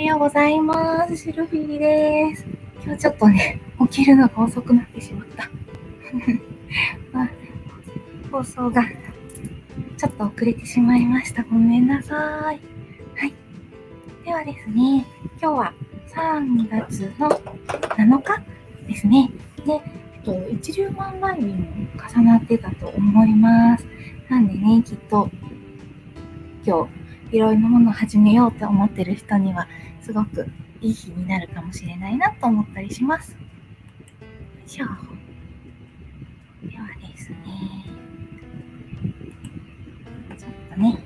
はようございます。シルフィーです。今日ちょっとね、起きるのが遅くなってしまった。放送がちょっと遅れてしまいました。ごめんなさい。はい。ではですね、今日は3月の7日ですね。で、一粒万倍日も重なってたと思います。なんでね、きっと今日いろいろなものを始めようと思ってる人にはすごくいい日になるかもしれないなと思ったりします。よいしょ。ではですね、ちょっとね、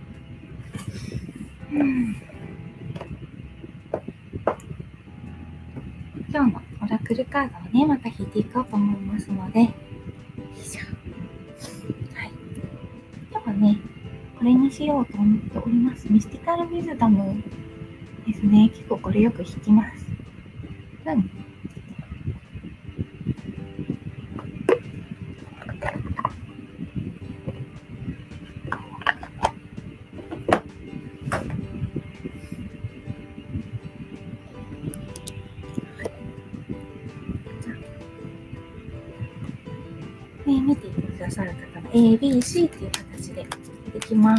今日のオラクルカードをね、また引いていこうと思いますので、よいしょ。はい。今日はね、これにしようと思っております。ミスティカルウィズダムですね。結構これよく引きます。見ていてくださる方が A、B、C っていう形でできます。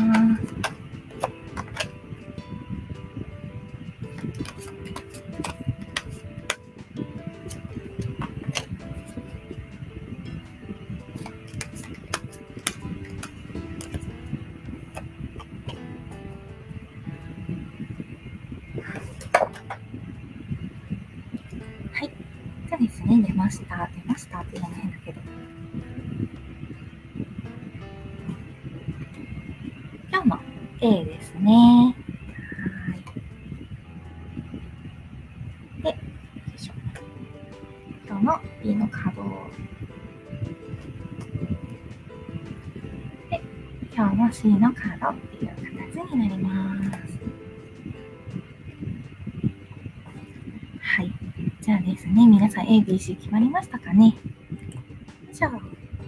はい。じゃあですね、出ましたっていうのも変だけど。今日の A ですね。はい。で、よいしょ。今日の B のカード。で、今日の C のカードっていう形になります。はい。じゃあですね、皆さん A、B、C 決まりましたかね。じゃあ、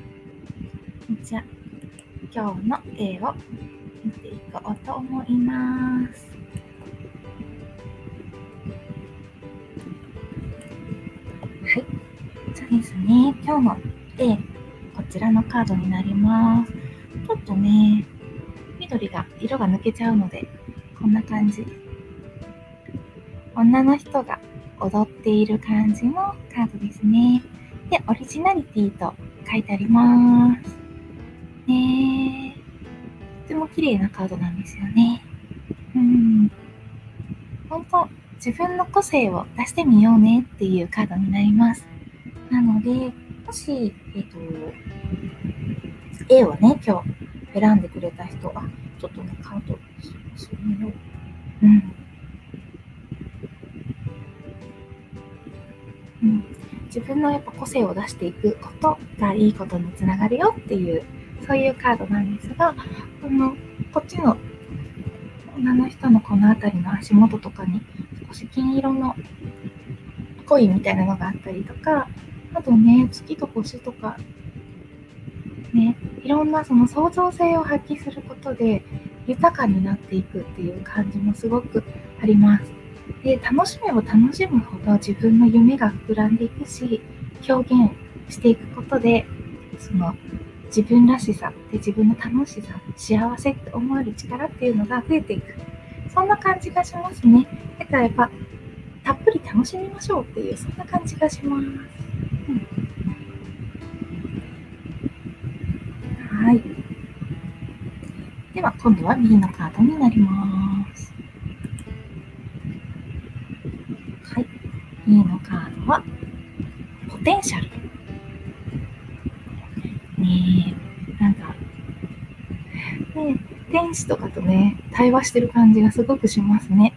今日の A を見ていこうと思います。はい。じゃあですね、今日の A、こちらのカードになります。ちょっとね、緑が色が抜けちゃうので、こんな感じ。女の人が踊っている感じのカードですね。で、オリジナリティと書いてあります。ね、とても綺麗なカードなんですよね。本当、自分の個性を出してみようねっていうカードになります。なので、もし、A をね、今日選んでくれた人、ちょっとね、カード、そう見よう。自分のやっぱ個性を出していくことがいいことにつながるよっていう、そういうカードなんですが、こっちの女の人のこの辺りの足元とかに少し金色の恋みたいなのがあったりとか、あとね、月と星とかね、いろんなその創造性を発揮することで豊かになっていくっていう感じもすごくあります。で、楽しめば楽しむほど自分の夢が膨らんでいくし、表現していくことで、その自分らしさで自分の楽しさ、幸せって思える力っていうのが増えていく。そんな感じがしますね。だからやっぱたっぷり楽しみましょうっていう、そんな感じがします。はい。では今度は B のカードになります。はい。B のカードはポテンシャル。なんか、天使とかとね、対話してる感じがすごくしますね。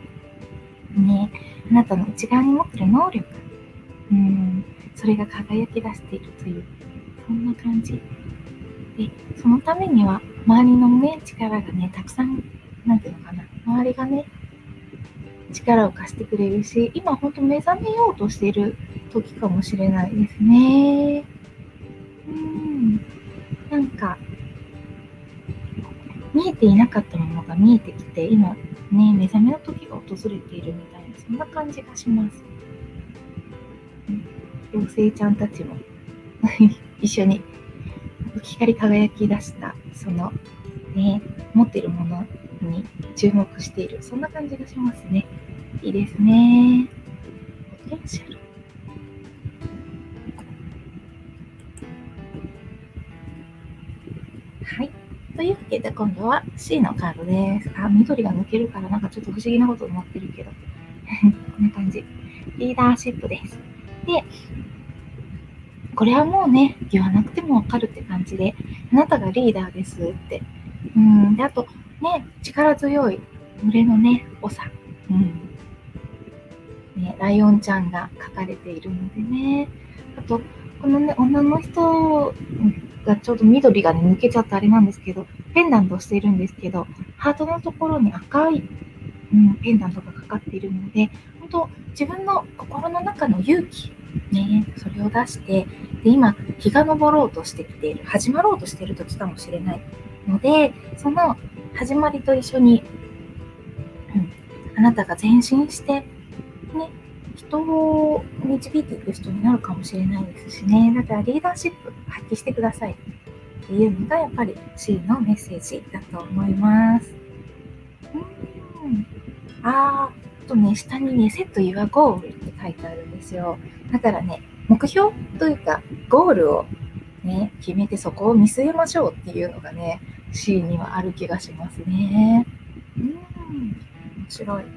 あなたの内側に持ってる能力。それが輝き出しているという、そんな感じ。で、そのためには、周りのね、力がね、たくさん、なんていうのかな、周りがね、力を貸してくれるし、今本当目覚めようとしている時かもしれないですね。なんか見えていなかったものが見えてきて、今ね、目覚めの時が訪れているみたいな、そんな感じがします。妖精ちゃんたちも一緒に光り輝き出したそのね、持っているものに注目している、そんな感じがしますね。いいですね。ポテンシャル。はい。というわけで今度は C のカードです。緑が抜けるからなんかちょっと不思議なことになってるけどこんな感じ。リーダーシップです。で、これはもうね、言わなくてもわかるって感じで、あなたがリーダーですって。で、あとね、力強い群れのね、長。ね、ライオンちゃんが描かれているのでね。あと、このね、女の人がちょうど緑がね、抜けちゃってあれなんですけど、ペンダントをしているんですけど、ハートのところに赤い、ペンダントがかかっているので、本当自分の心の中の勇気、ね、それを出して、で、今、日が昇ろうとしてきている、始まろうとしている時かもしれないので、その始まりと一緒に、あなたが前進して、ね、人を導いていく人になるかもしれないですしね。だからリーダーシップ発揮してくださいっていうのがやっぱり C のメッセージだと思います。あとね、下にね、セット your goal って書いてあるんですよ。だからね、目標というか、ゴールをね、決めてそこを見据えましょうっていうのがね、C にはある気がしますね。面白い。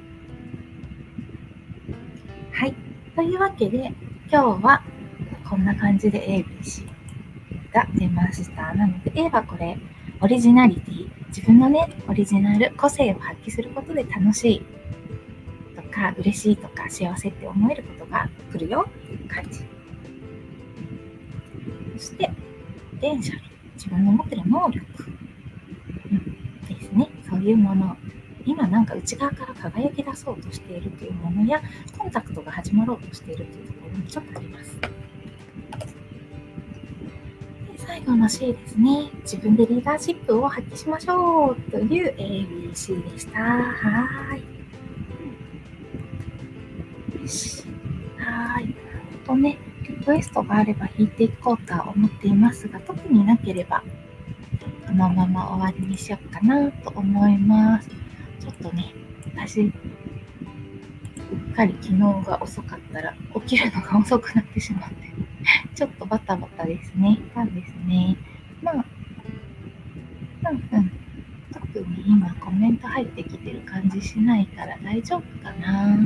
はい。というわけで、今日はこんな感じで ABC が出ました。なので A はこれ、オリジナリティ。自分のね、オリジナル、個性を発揮することで楽しいとか、嬉しいとか、幸せって思えることが来るよっていう感じ。そして、ポテンシャル。自分の持ってる能力。ですね。そういうもの。今なんか内側から輝き出そうとしているというものや、コンタクトが始まろうとしているというところもちょっとあります。で、最後の C ですね。自分でリーダーシップを発揮しましょうという ABC でした。はい。よし。はい。とね、リクエストがあれば弾いていこうとは思っていますが、特になければ、このまま終わりにしようかなと思います。ちょっとね、私、うっかり昨日が遅かったら起きるのが遅くなってしまって、ちょっとバタバタですね。ですね。まあ、特に今コメント入ってきてる感じしないから大丈夫かな。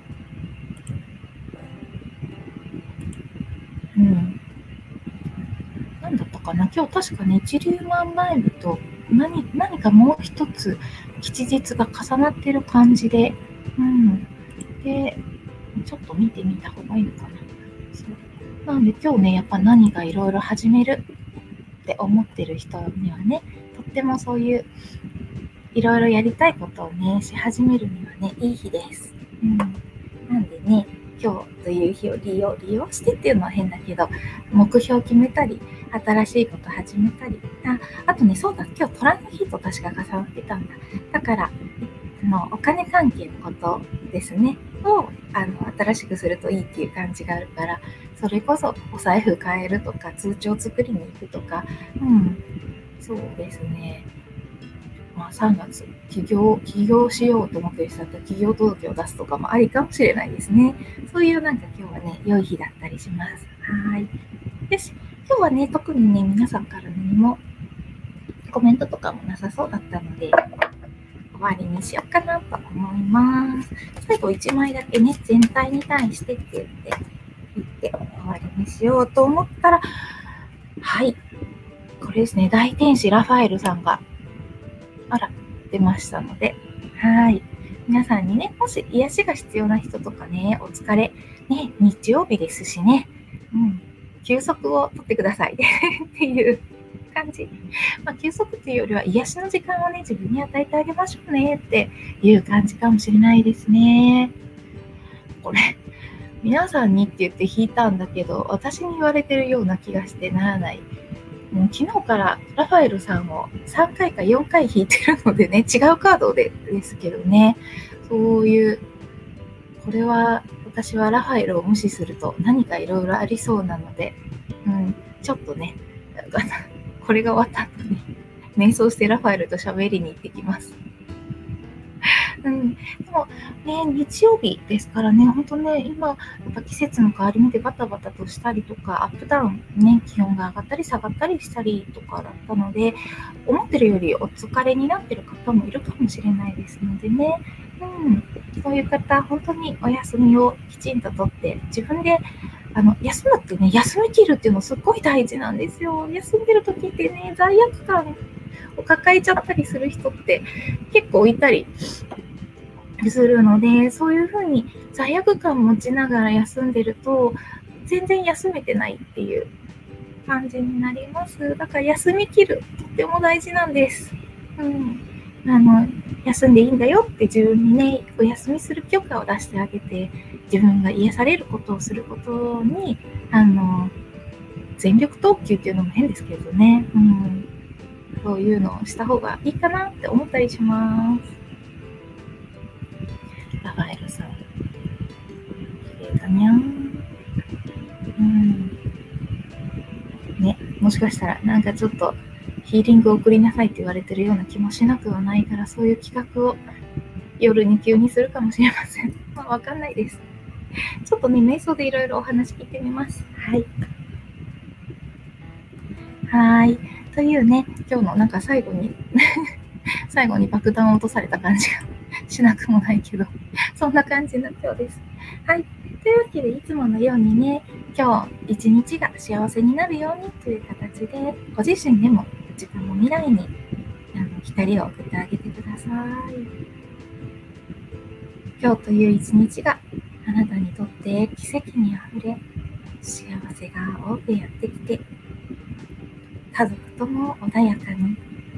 なんだったかな。今日確かね、一粒万倍日と何かもう一つ吉日が重なってる感じで、で、ちょっと見てみた方がいいのかな。そうなので今日ね、やっぱ何かいろいろ始めるって思ってる人にはね、とってもそういういろいろやりたいことをね、し始めるにはね、いい日です。なんでね、今日という日を利用してっていうのは変だけど、目標を決めたり、新しいこと始めたり、あとね、そうだ、今日虎の日と確か重なってたんだ。だから、お金関係のことですね、を新しくするといいっていう感じがあるから、それこそお財布変えるとか、通帳作りに行くとか、そうですね。3月起業しようと思ってる人だったら起業届を出すとかもありかもしれないですね。そういうなんか今日はね、良い日だったりします。はい。よし。今日はね、特にね、皆さんから何もコメントとかもなさそうだったので、終わりにしようかなと思います。最後1枚だけね、全体に対してって言って終わりにしようと思ったら、はい。これですね、大天使ラファエルさんが出ましたので、はい。皆さんにね、もし癒しが必要な人とかね、お疲れ、ね、日曜日ですしね、休息を取ってくださいっていう感じ。休息っていうよりは癒しの時間をね、自分に与えてあげましょうねっていう感じかもしれないですね。これ、皆さんにって言って弾いたんだけど、私に言われてるような気がしてならない。 もう昨日からラファエルさんを3回か4回引いてるのでね、違うカードですけどね、そういう、これは私はラファエルを無視すると何かいろいろありそうなので、ちょっとね、これが終わった後に瞑想してラファエルと喋りに行ってきます。でもね、日曜日ですからね、本当ね、今、やっぱ季節の変わり目でバタバタとしたりとか、アップダウン、ね、気温が上がったり下がったりしたりとかだったので、思ってるよりお疲れになってる方もいるかもしれないですのでね、そういう方、本当にお休みをきちんととって、自分で休むってね、休み切るっていうのすごい大事なんですよ。休んでる時ってね、罪悪感を抱えちゃったりする人って結構いたりするので、そういうふうに罪悪感持ちながら休んでると全然休めてないっていう感じになります。だから休み切る、とっても大事なんです。休んでいいんだよって自分にね、お休みする許可を出してあげて、自分が癒されることをすることに全力投球っていうのも変ですけどね、そういうのをした方がいいかなって思ったりします。ラファエルさん、綺麗だにゃん。ね、もしかしたらなんかちょっとヒーリングを送りなさいって言われてるような気もしなくはないから、そういう企画を夜に急にするかもしれません。わかんないです。ちょっとね、瞑想でいろいろお話聞いてみます。はい。というね、今日のなんか最後に爆弾を落とされた感じがしなくもないけど、そんな感じの今日です。はい。というわけで、いつものようにね、今日一日が幸せになるようにという形で、ご自身でも自分の未来に光を送ってあげてください。今日という一日があなたにとって奇跡にあふれ、幸せが多くやってきて、家族とも穏やかに、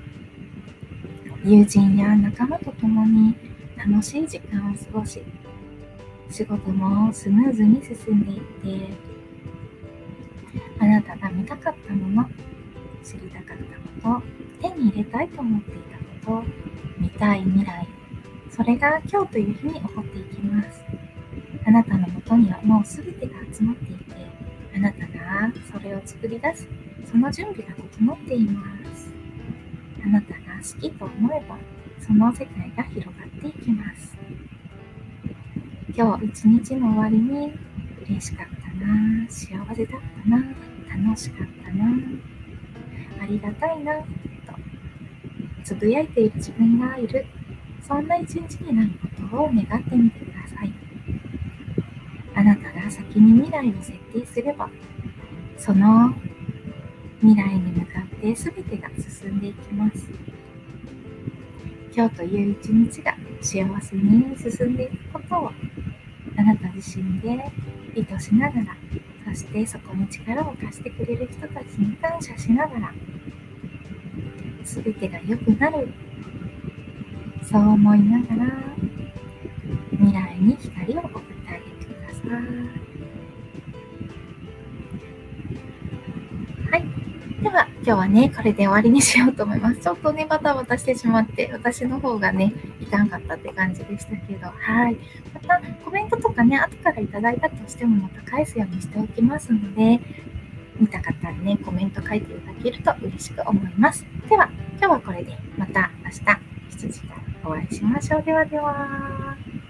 友人や仲間と共に楽しい時間を過ごし、仕事もスムーズに進んでいって、あなたが見たかったもの、知りたかったこと、手に入れたいと思っていたこと、見たい未来、それが今日という日に起こっていきます。あなたのもとにはもうすべてが集まっていて、あなたがそれを作り出す、その準備が整っています。あなたが好きと思えば、その世界が広がっていきます。今日一日の終わりに、嬉しかったな、幸せだったな、楽しかったな、ありがたいなとつぶやいている自分がいる、そんな一日になることを願ってみてください。あなたが先に未来を設定すれば、その未来に向かって全てが進んでいきます。今日という一日が幸せに進んでいくことを、あなた自身で意図しながら、そしてそこに力を貸してくれる人たちに感謝しながら、全てが良くなる、そう思いながら未来に光を送ってあげてください。はい。では今日はね、これで終わりにしようと思います。ちょっとね、バタバタしてしまって、私の方がね、いかんかったって感じでしたけど、はい。またコメントとかね、後からいただいたとしてもまた返すようにしておきますので、見た方にね、コメント書いていただけると嬉しく思います。では、今日はこれで、また明日7時からお会いしましょう。ではでは。